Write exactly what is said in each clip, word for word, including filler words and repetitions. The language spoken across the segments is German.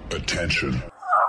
Attention.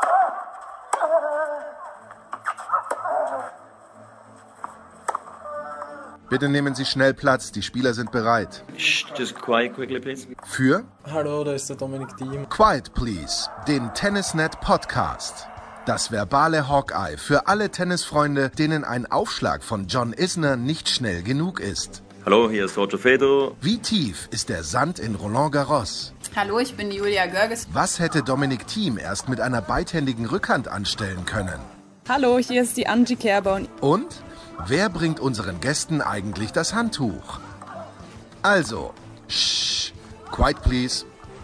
Bitte nehmen Sie schnell Platz, die Spieler sind bereit. Just quiet quickly, please. Für Hallo, da ist der Dominik Thiem. Quiet Please, den Tennisnet Podcast. Das verbale Hawkeye für alle Tennisfreunde, denen ein Aufschlag von John Isner nicht schnell genug ist. Hallo, hier ist Roger Federer. Wie tief ist der Sand in Roland Garros? Hallo, ich bin Julia Görges. Was hätte Dominik Thiem erst mit einer beidhändigen Rückhand anstellen können? Hallo, hier ist die Angie Kerber. Und wer bringt unseren Gästen eigentlich das Handtuch? Also, shh, quiet please.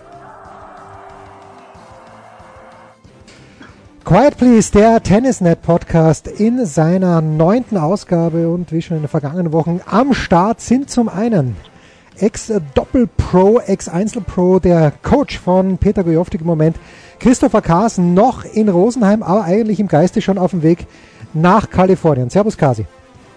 Quiet Please, der Tennisnet-Podcast in seiner neunten Ausgabe und wie schon in den vergangenen Wochen am Start sind zum einen Ex-Doppel-Pro, Ex-Einzel-Pro, der Coach von Peter Gojowczyk im Moment, Christopher Kaas, noch in Rosenheim, aber eigentlich im Geiste schon auf dem Weg nach Kalifornien. Servus Kasi.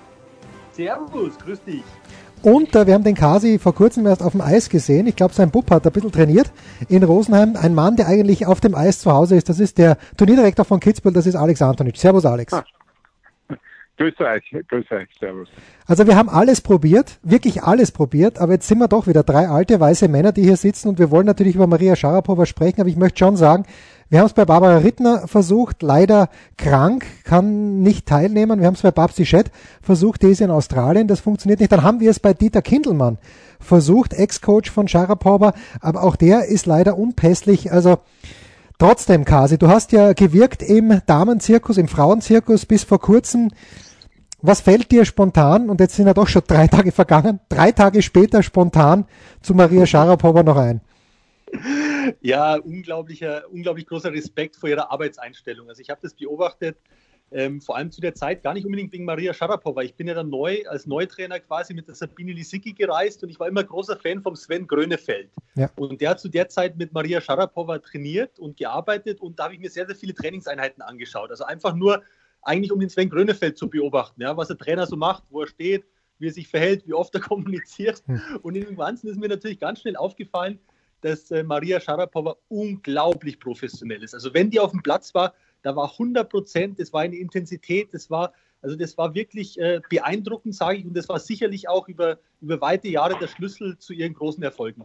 Servus, grüß dich. Und äh, wir haben den Kasi vor kurzem erst auf dem Eis gesehen. Ich glaube, sein Bub hat ein bisschen trainiert in Rosenheim. Ein Mann, der eigentlich auf dem Eis zu Hause ist. Das ist der Turnierdirektor von Kitzbühel, das ist Alex Antonic. Servus, Alex. Ah. Grüß euch, grüß euch, servus. Also wir haben alles probiert, wirklich alles probiert, aber jetzt sind wir doch wieder drei alte, weiße Männer, die hier sitzen und wir wollen natürlich über Maria Sharapova sprechen, aber ich möchte schon sagen, wir haben es bei Barbara Rittner versucht, leider krank, kann nicht teilnehmen. Wir haben es bei Babsi Schett versucht, die ist in Australien, das funktioniert nicht. Dann haben wir es bei Dieter Kindelmann versucht, Ex-Coach von Sharapova, aber auch der ist leider unpässlich. Also trotzdem, Kasi, du hast ja gewirkt im Damenzirkus, im Frauenzirkus bis vor kurzem. Was fällt dir spontan, und jetzt sind ja doch schon drei Tage vergangen, drei Tage später spontan zu Maria Sharapova noch ein? Ja, unglaublicher, unglaublich großer Respekt vor ihrer Arbeitseinstellung. Also ich habe das beobachtet, ähm, vor allem zu der Zeit, gar nicht unbedingt wegen Maria Sharapova. Ich bin ja dann neu, als Neutrainer quasi mit der Sabine Lisicki gereist und ich war immer großer Fan vom Sven Grönefeld. Ja. Und der hat zu der Zeit mit Maria Sharapova trainiert und gearbeitet und da habe ich mir sehr, sehr viele Trainingseinheiten angeschaut. Also einfach nur eigentlich um den Sven Grönefeld zu beobachten, ja, was der Trainer so macht, wo er steht, wie er sich verhält, wie oft er kommuniziert. Hm. Und in dem Ganzen ist mir natürlich ganz schnell aufgefallen, dass äh, Maria Sharapova unglaublich professionell ist. Also wenn die auf dem Platz war, da war hundert Prozent, das war eine Intensität, das war, also das war wirklich äh, beeindruckend, sage ich, und das war sicherlich auch über, über weite Jahre der Schlüssel zu ihren großen Erfolgen.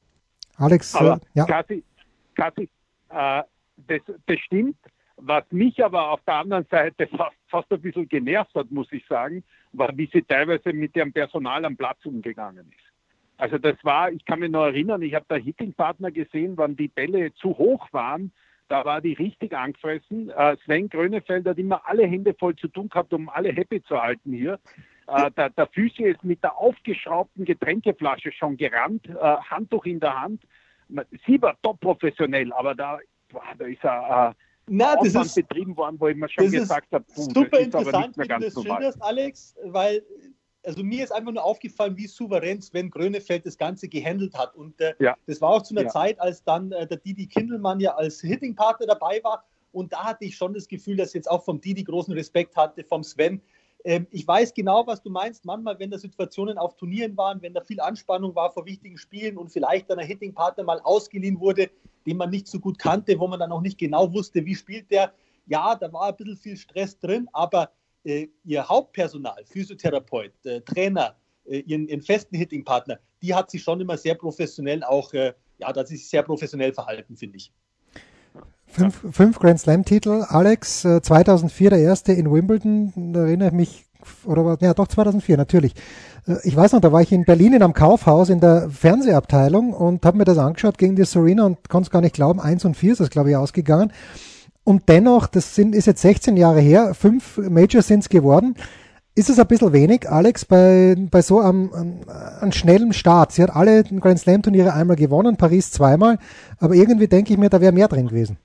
Alex, aber äh, ja. Kasi, Kasi äh, das, das stimmt. Was mich aber auf der anderen Seite fast, fast ein bisschen genervt hat, muss ich sagen, war, wie sie teilweise mit ihrem Personal am Platz umgegangen ist. Also das war, ich kann mich noch erinnern, ich habe da Hitting-Partner gesehen, wann die Bälle zu hoch waren, da war die richtig angefressen. Äh, Sven Grönefeld hat immer alle Hände voll zu tun gehabt, um alle happy zu halten hier. Äh, der, der Physio ist mit der aufgeschraubten Getränkeflasche schon gerannt, äh, Handtuch in der Hand. Sie war top professionell, aber da, boah, da ist er... Äh, Na, das ist betrieben worden, wo ich mir schon gesagt habe, super interessant, wie du das schilderst, Alex, weil also mir ist einfach nur aufgefallen, wie souverän Sven Grönefeld das Ganze gehandelt hat. Und äh, ja. das war auch zu einer ja. Zeit, als dann äh, der Didi Kindelmann ja als Hitting-Partner dabei war. Und da hatte ich schon das Gefühl, dass jetzt auch vom Didi großen Respekt hatte, vom Sven. Ähm, ich weiß genau, was du meinst. Manchmal, wenn da Situationen auf Turnieren waren, wenn da viel Anspannung war vor wichtigen Spielen und vielleicht dann ein Hitting-Partner mal ausgeliehen wurde, den man nicht so gut kannte, wo man dann auch nicht genau wusste, wie spielt der. Ja, da war ein bisschen viel Stress drin, aber äh, ihr Hauptpersonal, Physiotherapeut, äh, Trainer, äh, ihren, ihren festen Hitting-Partner, die hat sich schon immer sehr professionell auch, äh, ja, da hat sie sich sehr professionell verhalten, finde ich. Fünf, fünf Grand Slam-Titel, Alex, äh, zweitausendvier der erste in Wimbledon, da erinnere ich mich, oder war, ja doch zweitausendvier, natürlich. Äh, ich weiß noch, da war ich in Berlin in einem Kaufhaus in der Fernsehabteilung und habe mir das angeschaut gegen die Serena und konnte es gar nicht glauben, eins und vier ist das, glaube ich, ausgegangen. Und dennoch, das sind, ist jetzt sechzehn Jahre her, fünf Majors sind es geworden. Ist es ein bisschen wenig, Alex, bei, bei so einem, einem, einem schnellen Start? Sie hat alle Grand Slam Turniere einmal gewonnen, Paris zweimal, aber irgendwie denke ich mir, da wäre mehr drin gewesen.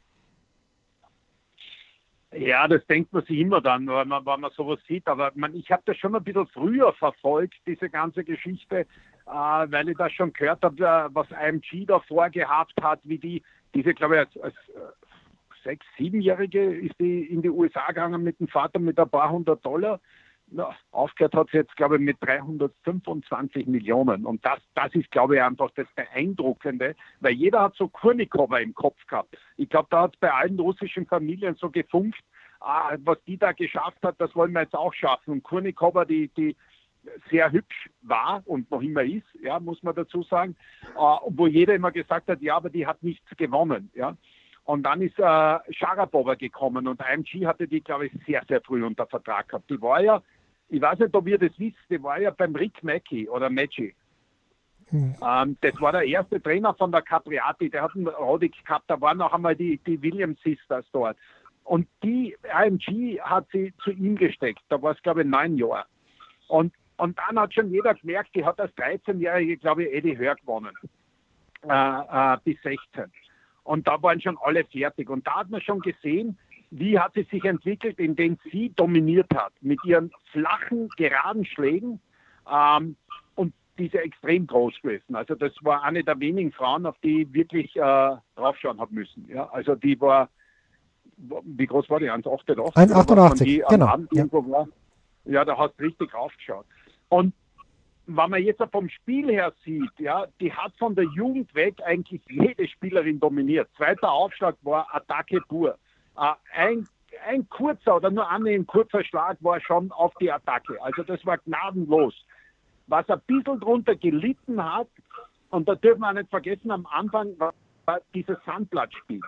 Ja, das denkt man sich immer dann, wenn man, wenn man sowas sieht. Aber man, ich habe das schon ein bisschen früher verfolgt, diese ganze Geschichte, äh, weil ich das schon gehört habe, äh, was I M G da vorgehabt hat, wie die, diese, glaube ich, als, als äh, sechs-, siebenjährige ist die in die U S A gegangen mit dem Vater mit ein paar hundert Dollar. na, aufgehört hat sie jetzt, glaube ich, mit dreihundertfünfundzwanzig Millionen. Und das, das ist, glaube ich, einfach das Beeindruckende, weil jeder hat so Kurnikowa im Kopf gehabt. Ich glaube, da hat es bei allen russischen Familien so gefunkt, ah, was die da geschafft hat, das wollen wir jetzt auch schaffen. Und Kurnikowa, die, die sehr hübsch war und noch immer ist, ja, muss man dazu sagen, äh, wo jeder immer gesagt hat, ja, aber die hat nichts gewonnen, ja. Und dann ist äh, Sharapova gekommen und I M G hatte die, glaube ich, sehr, sehr früh unter Vertrag gehabt. Die war ja, ich weiß nicht, ob ihr das wisst, die war ja beim Rick Mackey oder Maggi. Mhm. Ähm, das war der erste Trainer von der Capriati, der hat einen Roddick gehabt, da waren noch einmal die, die Williams Sisters dort. Und die I M G hat sie zu ihm gesteckt, da war es, glaube ich, neun Jahre. Und, und dann hat schon jeder gemerkt, die hat als dreizehnjährige, glaube ich, Eddie Hör gewonnen, äh, äh, bis sechzehn. Und da waren schon alle fertig. Und da hat man schon gesehen, wie hat sie sich entwickelt, indem sie dominiert hat. Mit ihren flachen, geraden Schlägen. Ähm, und die ist ja extrem groß gewesen. Also das war eine der wenigen Frauen, auf die ich wirklich äh, draufschauen habe müssen. Ja, also die war, wie groß war die? eins Komma achtundachtzig? eins Komma achtundachtzig, genau. Ja. War. Ja, da hast du richtig raufgeschaut. Und wenn man jetzt vom Spiel her sieht, ja, die hat von der Jugend weg eigentlich jede Spielerin dominiert. Zweiter Aufschlag war Attacke pur. Äh, ein, ein kurzer oder nur ein kurzer Schlag war schon auf die Attacke. Also das war gnadenlos. Was ein bisschen drunter gelitten hat, und da dürfen wir nicht vergessen, am Anfang war, war dieses Sandblattspiel.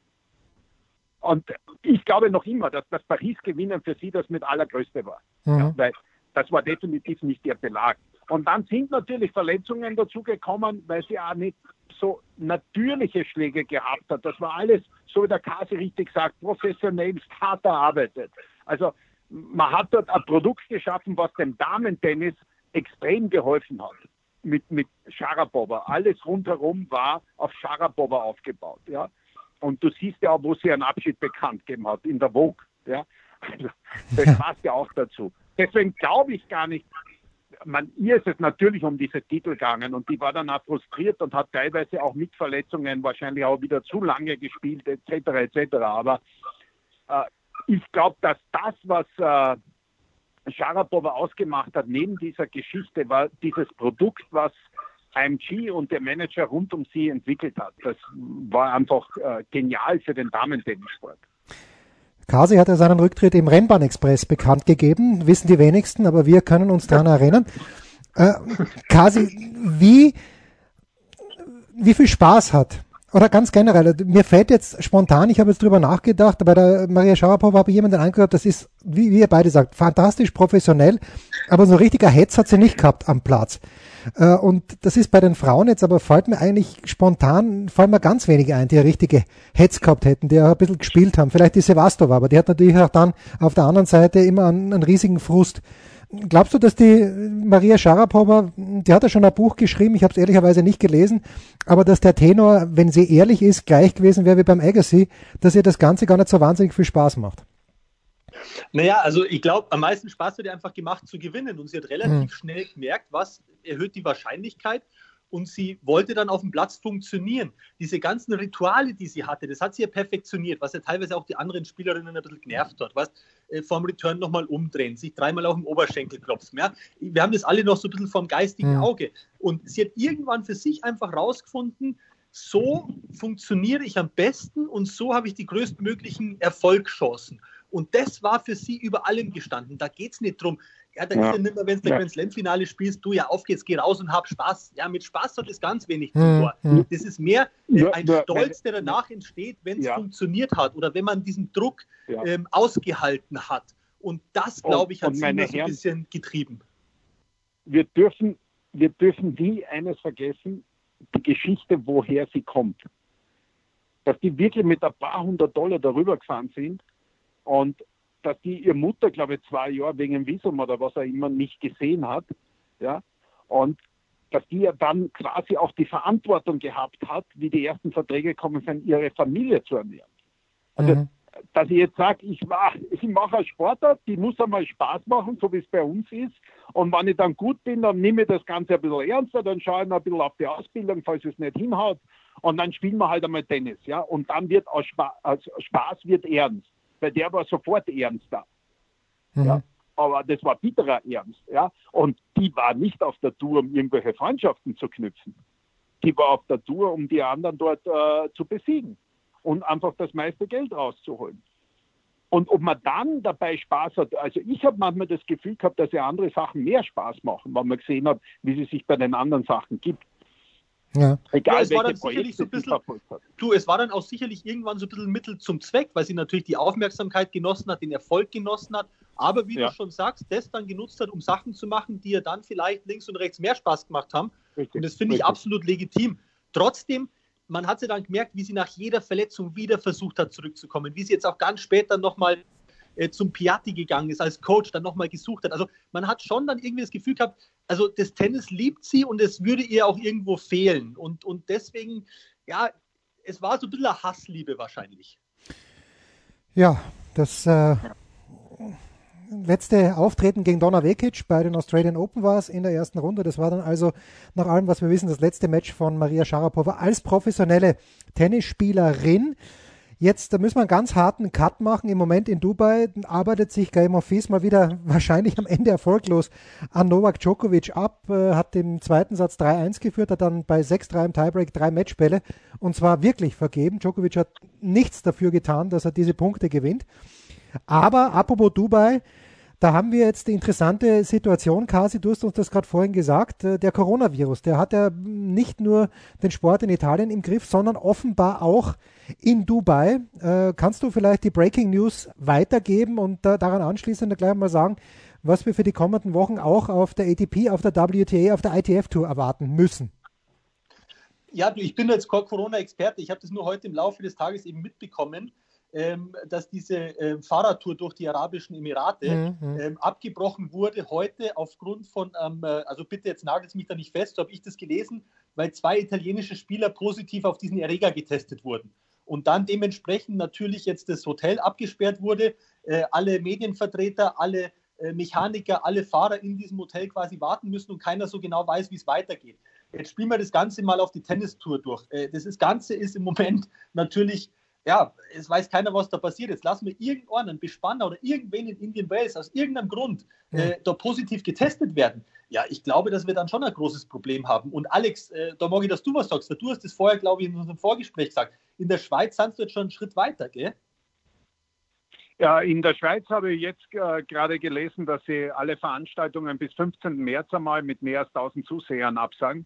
Und ich glaube noch immer, dass das Paris-Gewinnen für sie das mit allergrößte war. Mhm. Ja, weil das war definitiv nicht ihr Belag. Und dann sind natürlich Verletzungen dazugekommen, weil sie auch nicht so natürliche Schläge gehabt hat. Das war alles, so wie der Kasi richtig sagt, professionell, hart erarbeitet. Also man hat dort ein Produkt geschaffen, was dem Damen-Tennis extrem geholfen hat. Mit, mit Sharapova. Alles rundherum war auf Sharapova aufgebaut. Ja? Und du siehst ja auch, wo sie einen Abschied bekannt gegeben hat, in der Vogue. Ja? Also, das passt ja auch dazu. Deswegen glaube ich gar nicht, man, ihr ist es natürlich um diese Titel gegangen und die war dann auch frustriert und hat teilweise auch mit Verletzungen wahrscheinlich auch wieder zu lange gespielt, et cetera et cetera. Aber äh, ich glaube, dass das, was äh, Sharapova ausgemacht hat, neben dieser Geschichte, war dieses Produkt, was I M G und der Manager rund um sie entwickelt hat. Das war einfach äh, genial für den Damentennissport. Kasi hat ja seinen Rücktritt im Rennbahn-Express bekannt gegeben, wissen die wenigsten, aber wir können uns daran erinnern. Äh, Kasi, wie, wie viel Spaß hat, oder ganz generell, mir fällt jetzt spontan, ich habe jetzt drüber nachgedacht, bei der Maria Sharapova habe ich jemanden angehört, das ist, wie, wie ihr beide sagt, fantastisch professionell, aber so ein richtiger Hetz hat sie nicht gehabt am Platz. Äh, und das ist bei den Frauen jetzt, aber fällt mir eigentlich spontan, fallen mir ganz wenige ein, die eine richtige Hetz gehabt hätten, die auch ein bisschen gespielt haben. Vielleicht die Sevastova, aber die hat natürlich auch dann auf der anderen Seite immer einen, einen riesigen Frust. Glaubst du, dass die Maria Sharapova, die hat ja schon ein Buch geschrieben, ich habe es ehrlicherweise nicht gelesen, aber dass der Tenor, wenn sie ehrlich ist, gleich gewesen wäre wie beim Agassi, dass ihr das Ganze gar nicht so wahnsinnig viel Spaß macht? Naja, also ich glaube, am meisten Spaß wird ihr einfach gemacht zu gewinnen und sie hat relativ hm. schnell gemerkt, was erhöht die Wahrscheinlichkeit und sie wollte dann auf dem Platz funktionieren. Diese ganzen Rituale, die sie hatte, das hat sie ja perfektioniert, was ja teilweise auch die anderen Spielerinnen ein bisschen genervt hat. Was, äh, vorm Return nochmal umdrehen, sich dreimal auf den Oberschenkel klopfen. Ja? Wir haben das alle noch so ein bisschen vom geistigen mhm. Auge. Und sie hat irgendwann für sich einfach rausgefunden, so funktioniere ich am besten und so habe ich die größtmöglichen Erfolgschancen. Und das war für sie über allem gestanden. Da geht es nicht drum. Ja, da ja. ist ja nicht mehr, wenn du ja. Grand Slam-Finale spielst, du ja auf geht's, geh raus und hab Spaß. Ja, mit Spaß hat es ganz wenig zu tun. Mhm. Das ist mehr äh, ein ja, Stolz, der danach entsteht, wenn es ja. funktioniert hat oder wenn man diesen Druck ja. ähm, ausgehalten hat. Und das, glaube ich, hat sie immer so ein bisschen getrieben. Wir dürfen, wir dürfen nie eines vergessen, die Geschichte, woher sie kommt. Dass die wirklich mit ein paar hundert Dollar darüber gefahren sind und dass die ihre Mutter, glaube ich, zwei Jahre wegen Visum oder was auch immer nicht gesehen hat, ja, und dass die ja dann quasi auch die Verantwortung gehabt hat, wie die ersten Verträge kommen, sind, ihre Familie zu ernähren. Also, mhm. dass ich jetzt sage, ich, ich mache eine Sportart, die muss einmal Spaß machen, so wie es bei uns ist, und wenn ich dann gut bin, dann nehme ich das Ganze ein bisschen ernster, dann schaue ich noch ein bisschen auf die Ausbildung, falls es nicht hinhaut, und dann spielen wir halt einmal Tennis, ja, und dann wird aus Spaß, aus Spaß wird ernst. Bei der war sofort ernst da. Mhm. Ja? aber das war bitterer Ernst. Ja? Und die war nicht auf der Tour, um irgendwelche Freundschaften zu knüpfen. Die war auf der Tour, um die anderen dort äh, zu besiegen und einfach das meiste Geld rauszuholen. Und ob man dann dabei Spaß hat, also ich habe manchmal das Gefühl gehabt, dass ja andere Sachen mehr Spaß machen, weil man gesehen hat, wie sie sich bei den anderen Sachen gibt. Ja. Ja, Egal, es war welche dann sicherlich Projekte so ein sie bisschen, verfolgt hat. du, es war dann auch sicherlich irgendwann so ein bisschen Mittel zum Zweck, weil sie natürlich die Aufmerksamkeit genossen hat, den Erfolg genossen hat, aber wie Ja. du schon sagst, das dann genutzt hat, um Sachen zu machen, die ihr dann vielleicht links und rechts mehr Spaß gemacht haben. Richtig. Und das finde ich Richtig. absolut legitim. Trotzdem, man hat sie dann gemerkt, wie sie nach jeder Verletzung wieder versucht hat, zurückzukommen, wie sie jetzt auch ganz später nochmal äh, zum Piatti gegangen ist, als Coach dann nochmal gesucht hat. Also man hat schon dann irgendwie das Gefühl gehabt, also das Tennis liebt sie und es würde ihr auch irgendwo fehlen. Und, und deswegen, ja, es war so ein bisschen eine Hassliebe wahrscheinlich. Ja, das äh, letzte Auftreten gegen Donna Vekic bei den Australian Open war es in der ersten Runde. Das war dann also nach allem, was wir wissen, das letzte Match von Maria Sharapova als professionelle Tennisspielerin. Jetzt da müssen wir einen ganz harten Cut machen. Im Moment in Dubai arbeitet sich Gaël Monfils mal wieder wahrscheinlich am Ende erfolglos an Novak Djokovic ab, äh, hat im zweiten Satz drei eins geführt, hat dann bei sechs drei im Tiebreak drei Matchbälle und zwar wirklich vergeben. Djokovic hat nichts dafür getan, dass er diese Punkte gewinnt. Aber apropos Dubai, da haben wir jetzt die interessante Situation, Kasi, du hast uns das gerade vorhin gesagt, der Coronavirus, der hat ja nicht nur den Sport in Italien im Griff, sondern offenbar auch in Dubai. Äh, kannst du vielleicht die Breaking News weitergeben und da, daran anschließend gleich mal sagen, was wir für die kommenden Wochen auch auf der A T P, auf der W T A, auf der I T F-Tour erwarten müssen? Ja, du, ich bin jetzt kein Corona-Experte, ich habe das nur heute im Laufe des Tages eben mitbekommen, Ähm, dass diese ähm, Fahrradtour durch die Arabischen Emirate Mhm. ähm, abgebrochen wurde heute aufgrund von, ähm, äh, also bitte jetzt nagelt mich da nicht fest, so habe ich das gelesen, weil zwei italienische Spieler positiv auf diesen Erreger getestet wurden. Und dann dementsprechend natürlich jetzt das Hotel abgesperrt wurde, äh, alle Medienvertreter, alle äh, Mechaniker, alle Fahrer in diesem Hotel quasi warten müssen und keiner so genau weiß, wie es weitergeht. Jetzt spielen wir das Ganze mal auf die Tennistour durch. Äh, das ist, Ganze ist im Moment natürlich, ja, es weiß keiner, was da passiert. Jetzt lassen wir irgendeinen Bespanner oder irgendwen in Indian Wells aus irgendeinem Grund äh, da positiv getestet werden. Ja, ich glaube, dass wir dann schon ein großes Problem haben. Und Alex, äh, da mag ich, dass du was sagst. Du hast das vorher, glaube ich, in unserem Vorgespräch gesagt. In der Schweiz sind du jetzt schon einen Schritt weiter, gell? Ja, in der Schweiz habe ich jetzt äh, gerade gelesen, dass sie alle Veranstaltungen bis fünfzehnten März einmal mit mehr als tausend Zusehern absagen.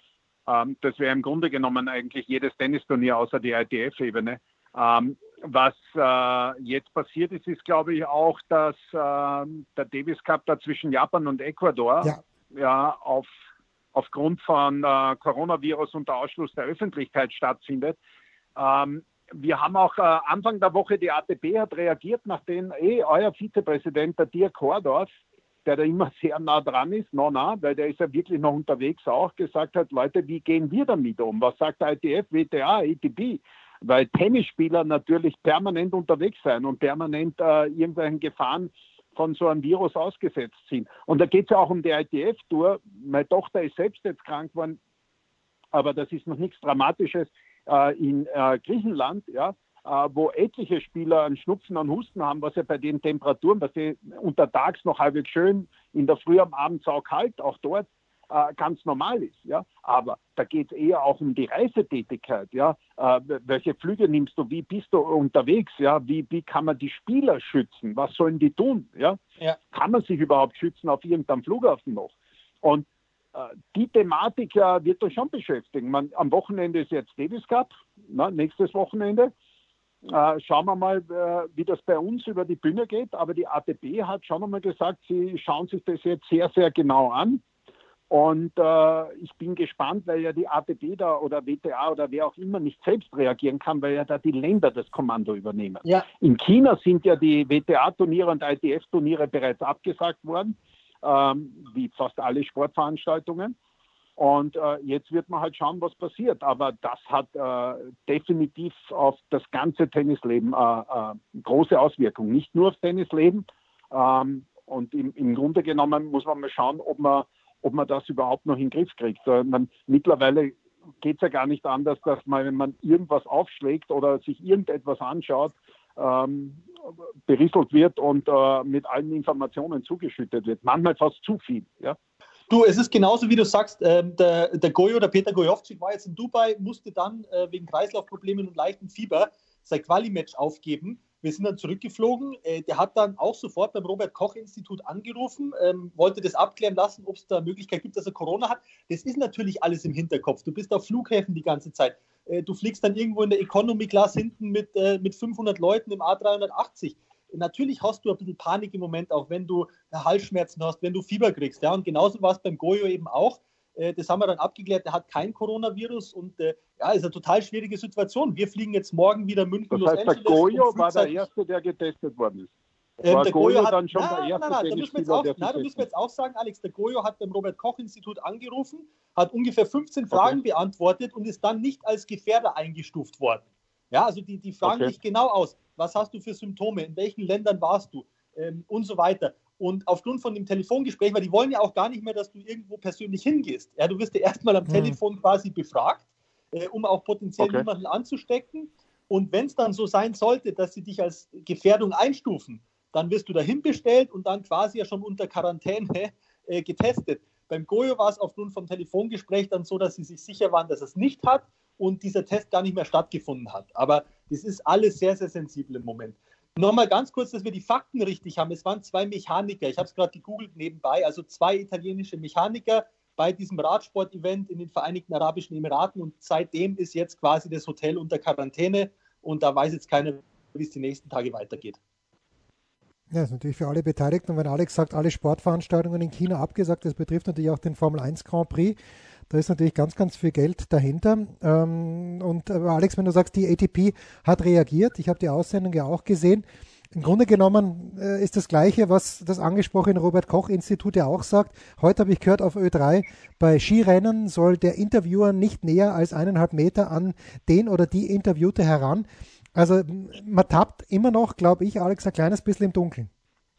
Ähm, das wäre im Grunde genommen eigentlich jedes Tennisturnier außer die I T F-Ebene. Ähm, was äh, jetzt passiert ist, ist, glaube ich, auch, dass äh, der Davis Cup da zwischen Japan und Ecuador Ja. ja, auf, aufgrund von äh, Coronavirus unter Ausschluss der Öffentlichkeit stattfindet. Ähm, wir haben auch äh, Anfang der Woche, die A T P hat reagiert, nachdem eh euer Vizepräsident, der Dirk Hordorf, der da immer sehr nah dran ist, no, na, weil der ist ja wirklich noch unterwegs, auch gesagt hat, Leute, wie gehen wir damit um? Was sagt der I T F, W T A, A T P? Weil Tennisspieler natürlich permanent unterwegs sein und permanent äh, irgendwelchen Gefahren von so einem Virus ausgesetzt sind. Und da geht es ja auch um die I T F-Tour. Meine Tochter ist selbst jetzt krank geworden, aber das ist noch nichts Dramatisches äh, in äh, Griechenland, ja, äh, wo etliche Spieler einen Schnupfen und Husten haben, was ja bei den Temperaturen, was sie untertags noch halbwegs schön, in der Früh am Abend saukalt, auch dort, äh, ganz normal ist, ja. Aber da geht es eher auch um die Reisetätigkeit, ja. Äh, welche Flüge nimmst du, wie bist du unterwegs, ja, wie, wie kann man die Spieler schützen, was sollen die tun, ja? Ja. Kann man sich überhaupt schützen auf irgendeinem Flughafen noch? Und äh, die Thematik äh, wird uns schon beschäftigen. Man, am Wochenende ist jetzt Davis Cup, na, nächstes Wochenende. Äh, schauen wir mal, äh, wie das bei uns über die Bühne geht. Aber die A T P hat schon einmal gesagt, sie schauen sich das jetzt sehr, sehr genau an. Und äh, ich bin gespannt, weil ja die A T P da oder W T A oder wer auch immer nicht selbst reagieren kann, weil ja da die Länder das Kommando übernehmen. Ja. In China sind ja die W T A-Turniere und I T F-Turniere bereits abgesagt worden, ähm, wie fast alle Sportveranstaltungen. Und äh, jetzt wird man halt schauen, was passiert. Aber das hat äh, definitiv auf das ganze Tennisleben äh, äh, große Auswirkungen. Nicht nur aufs Tennisleben. Ähm, und im, im Grunde genommen muss man mal schauen, ob man ob man das überhaupt noch in den Griff kriegt. Man, mittlerweile geht es ja gar nicht anders, dass man, wenn man irgendwas aufschlägt oder sich irgendetwas anschaut, ähm, berieselt wird und äh, mit allen Informationen zugeschüttet wird. Manchmal fast zu viel. Ja? Du, es ist genauso, wie du sagst, äh, der, der Gojo, der Peter Gojovcik war jetzt in Dubai, musste dann äh, wegen Kreislaufproblemen und leichtem Fieber sein Quali-Match aufgeben. Wir sind dann zurückgeflogen. Äh, der hat dann auch sofort beim Robert-Koch-Institut angerufen, ähm, wollte das abklären lassen, ob es da Möglichkeit gibt, dass er Corona hat. Das ist natürlich alles im Hinterkopf. Du bist auf Flughäfen die ganze Zeit. Äh, du fliegst dann irgendwo in der Economy-Class hinten mit, äh, mit fünfhundert Leuten im A dreihundertachtzig. Natürlich hast du ein bisschen Panik im Moment, auch wenn du Halsschmerzen hast, wenn du Fieber kriegst. Ja? Und genauso war es beim Gojo eben auch. Äh, das haben wir dann abgeklärt. Der hat kein Coronavirus und äh, ja, ist eine total schwierige Situation. Wir fliegen jetzt morgen wieder München, das Los heißt, Angeles. Der Gojo um war der Erste, der getestet worden ist. Ähm, war der Gojo Gojo hat, dann schon nein, der Erste, nein, nein, da müssen wir jetzt auch, der nein, da müssen wir jetzt auch sagen, Alex, der Gojo hat beim Robert-Koch-Institut angerufen, hat ungefähr fünfzehn Fragen okay. beantwortet und ist dann nicht als Gefährder eingestuft worden. Ja, also die, die fragen okay. dich genau aus, was hast du für Symptome, in welchen Ländern warst du ähm, und so weiter. Und aufgrund von dem Telefongespräch, weil die wollen ja auch gar nicht mehr, dass du irgendwo persönlich hingehst. Ja, du wirst ja erstmal am mhm. Telefon quasi befragt, äh, um auch potenziell okay. jemanden anzustecken. Und wenn es dann so sein sollte, dass sie dich als Gefährdung einstufen, dann wirst du dahin bestellt und dann quasi ja schon unter Quarantäne äh, getestet. Beim Gojo war es aufgrund vom Telefongespräch dann so, dass sie sich sicher waren, dass es nicht hat und dieser Test gar nicht mehr stattgefunden hat. Aber das ist alles sehr, sehr sensibel im Moment. Nochmal ganz kurz, dass wir die Fakten richtig haben. Es waren zwei Mechaniker, ich habe es gerade gegoogelt nebenbei, also zwei italienische Mechaniker bei diesem Radsport-Event in den Vereinigten Arabischen Emiraten und seitdem ist jetzt quasi das Hotel unter Quarantäne und da weiß jetzt keiner, wie es die nächsten Tage weitergeht. Ja, das ist natürlich für alle Beteiligten. Und wenn Alex sagt, alle Sportveranstaltungen in China abgesagt, das betrifft natürlich auch den Formel eins Grand Prix. Da ist natürlich ganz, ganz viel Geld dahinter. Ähm, und Alex, wenn du sagst, die A T P hat reagiert, ich habe die Aussendung ja auch gesehen. Im Grunde genommen äh, ist das Gleiche, was das angesprochene Robert-Koch-Institut ja auch sagt. Heute habe ich gehört, auf Ö drei, bei Skirennen soll der Interviewer nicht näher als eineinhalb Meter an den oder die Interviewte heran. Also man tappt immer noch, glaube ich, Alex, ein kleines bisschen im Dunkeln.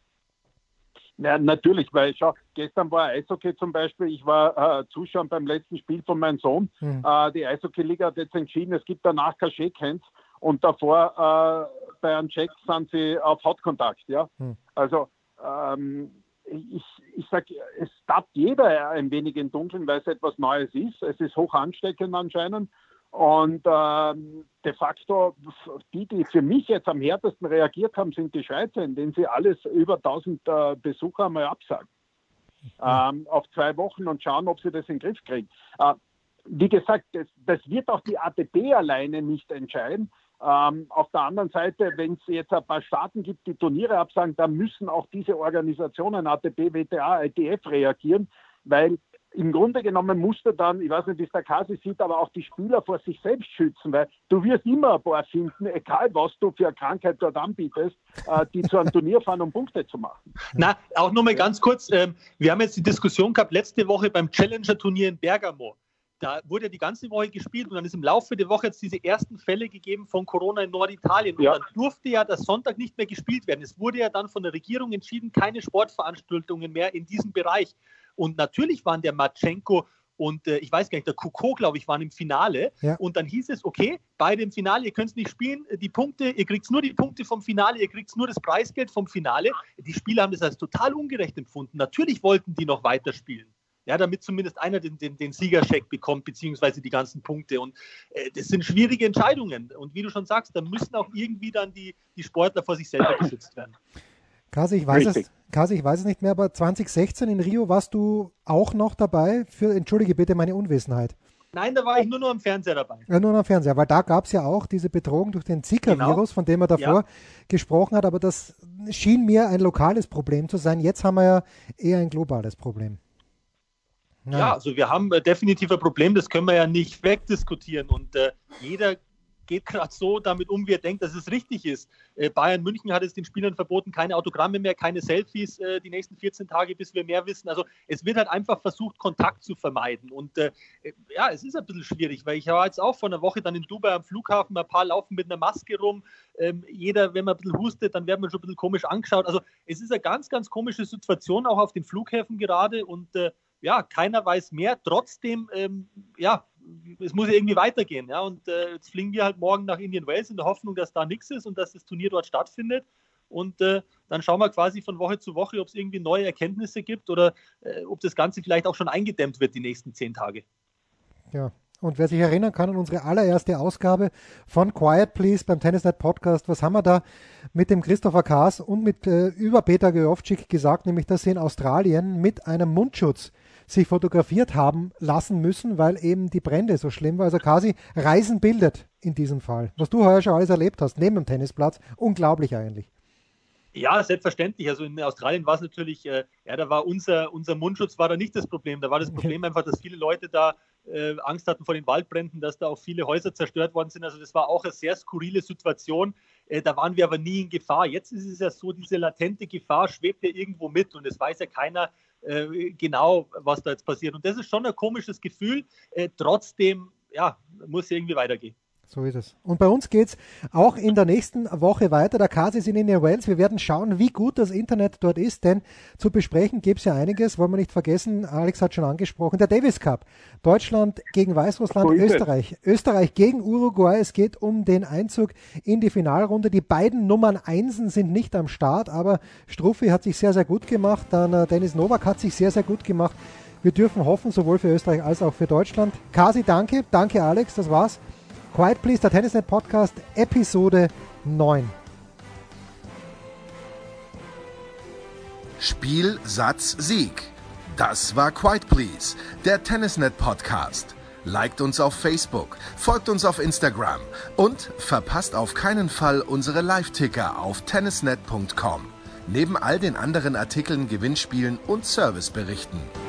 Ja, natürlich, weil schau, gestern war Eishockey zum Beispiel, ich war äh, Zuschauer beim letzten Spiel von meinem Sohn. Mhm. Äh, die Eishockey-Liga hat jetzt entschieden, es gibt danach kein Shakehands und davor äh, bei einem Check sind sie auf Hautkontakt. Ja? Mhm. Also ähm, ich, ich sage, es tappt jeder ein wenig im Dunkeln, weil es etwas Neues ist. Es ist hoch ansteckend anscheinend. Und ähm, de facto, die, die für mich jetzt am härtesten reagiert haben, sind die Schweizer, indem sie alles über tausend äh, Besucher mal absagen. Ähm, auf zwei Wochen und schauen, ob sie das in den Griff kriegen. Äh, wie gesagt, das, das wird auch die A T P alleine nicht entscheiden. Ähm, auf der anderen Seite, wenn es jetzt ein paar Staaten gibt, die Turniere absagen, dann müssen auch diese Organisationen, A T P, W T A, I T F reagieren, weil im Grunde genommen musste dann, ich weiß nicht, wie es der Kasi sieht, aber auch die Spieler vor sich selbst schützen, weil du wirst immer ein paar finden, egal was du für eine Krankheit dort anbietest, äh, die zu einem Turnier fahren, um Punkte zu machen. Na, auch nochmal ganz kurz, ähm, wir haben jetzt die Diskussion gehabt letzte Woche beim Challenger-Turnier in Bergamo. Da wurde ja die ganze Woche gespielt und dann ist im Laufe der Woche jetzt diese ersten Fälle gegeben von Corona in Norditalien. Und ja. dann durfte ja das Sonntag nicht mehr gespielt werden. Es wurde ja dann von der Regierung entschieden, keine Sportveranstaltungen mehr in diesem Bereich. Und natürlich waren der Matschenko und äh, ich weiß gar nicht, der Kuko, glaube ich, waren im Finale. Ja. Und dann hieß es, okay, beide im Finale, ihr könnt es nicht spielen, die Punkte, ihr kriegt nur die Punkte vom Finale, ihr kriegt nur das Preisgeld vom Finale. Die Spieler haben das als total ungerecht empfunden. Natürlich wollten die noch weiterspielen. Ja, damit zumindest einer den, den, den Siegerscheck bekommt, beziehungsweise die ganzen Punkte. Und äh, das sind schwierige Entscheidungen. Und wie du schon sagst, da müssen auch irgendwie dann die, die Sportler vor sich selber geschützt werden. Kasi, ich weiß es, Kasi, ich weiß es nicht mehr, aber zwanzig sechzehn in Rio warst du auch noch dabei? Für, entschuldige bitte meine Unwissenheit. Nein, da war ich nur noch am Fernseher dabei. Ja, nur noch am Fernseher, weil da gab es ja auch diese Bedrohung durch den Zika-Virus, genau. von dem er davor ja. gesprochen hat, aber das schien mir ein lokales Problem zu sein. Jetzt haben wir ja eher ein globales Problem. Ja, ja also wir haben äh, definitiv ein Problem, das können wir ja nicht wegdiskutieren und äh, jeder geht gerade so damit um, wie er denkt, dass es richtig ist. Äh, Bayern München hat es den Spielern verboten, keine Autogramme mehr, keine Selfies äh, die nächsten vierzehn Tage, bis wir mehr wissen. Also es wird halt einfach versucht, Kontakt zu vermeiden. Und äh, ja, es ist ein bisschen schwierig, weil ich war jetzt auch vor einer Woche dann in Dubai am Flughafen, ein paar laufen mit einer Maske rum. Ähm, jeder, wenn man ein bisschen hustet, dann werden wir schon ein bisschen komisch angeschaut. Also es ist eine ganz, ganz komische Situation, auch auf den Flughäfen gerade. Und äh, ja, keiner weiß mehr. Trotzdem, ähm, ja, es muss ja irgendwie weitergehen. Ja? Und äh, jetzt fliegen wir halt morgen nach Indian Wells in der Hoffnung, dass da nichts ist und dass das Turnier dort stattfindet. und äh, dann schauen wir quasi von Woche zu Woche, ob es irgendwie neue Erkenntnisse gibt oder äh, ob das Ganze vielleicht auch schon eingedämmt wird die nächsten zehn Tage. Ja. Und wer sich erinnern kann an unsere allererste Ausgabe von Quiet Please beim Tennisnet Podcast, was haben wir da mit dem Christopher Kaas und mit äh, über Peter Gojowczyk gesagt, nämlich dass sie in Australien mit einem Mundschutz sich fotografiert haben lassen müssen, weil eben die Brände so schlimm waren. Also quasi Reisen bildet in diesem Fall. Was du heuer schon alles erlebt hast, neben dem Tennisplatz, unglaublich eigentlich. Ja, selbstverständlich. Also in Australien war es natürlich, äh, ja, da war unser, unser Mundschutz war da nicht das Problem. Da war das Problem einfach, dass viele Leute da äh, Angst hatten vor den Waldbränden, dass da auch viele Häuser zerstört worden sind. Also das war auch eine sehr skurrile Situation. Äh, da waren wir aber nie in Gefahr. Jetzt ist es ja so, diese latente Gefahr schwebt ja irgendwo mit und es weiß ja keiner äh, genau, was da jetzt passiert. Und das ist schon ein komisches Gefühl. Äh, trotzdem, ja, muss irgendwie weitergehen. So ist es. Und bei uns geht's auch in der nächsten Woche weiter. Der Kaas ist in Indian Wells. Wir werden schauen, wie gut das Internet dort ist, denn zu besprechen gibt's ja einiges. Wollen wir nicht vergessen, Alex hat schon angesprochen, der Davis Cup. Deutschland gegen Weißrussland, Österreich. Es. Österreich gegen Uruguay. Es geht um den Einzug in die Finalrunde. Die beiden Nummern Einsen sind nicht am Start, aber Struffi hat sich sehr, sehr gut gemacht. Dann äh, Dennis Novak hat sich sehr, sehr gut gemacht. Wir dürfen hoffen, sowohl für Österreich als auch für Deutschland. Kasi, danke. Danke, Alex. Das war's. Quiet Please, der Tennisnet Podcast, Episode neun. Spiel, Satz, Sieg. Das war Quiet Please, der Tennisnet Podcast. Liked uns auf Facebook, folgt uns auf Instagram und verpasst auf keinen Fall unsere Live-Ticker auf tennisnet punkt com. Neben all den anderen Artikeln, Gewinnspielen und Serviceberichten.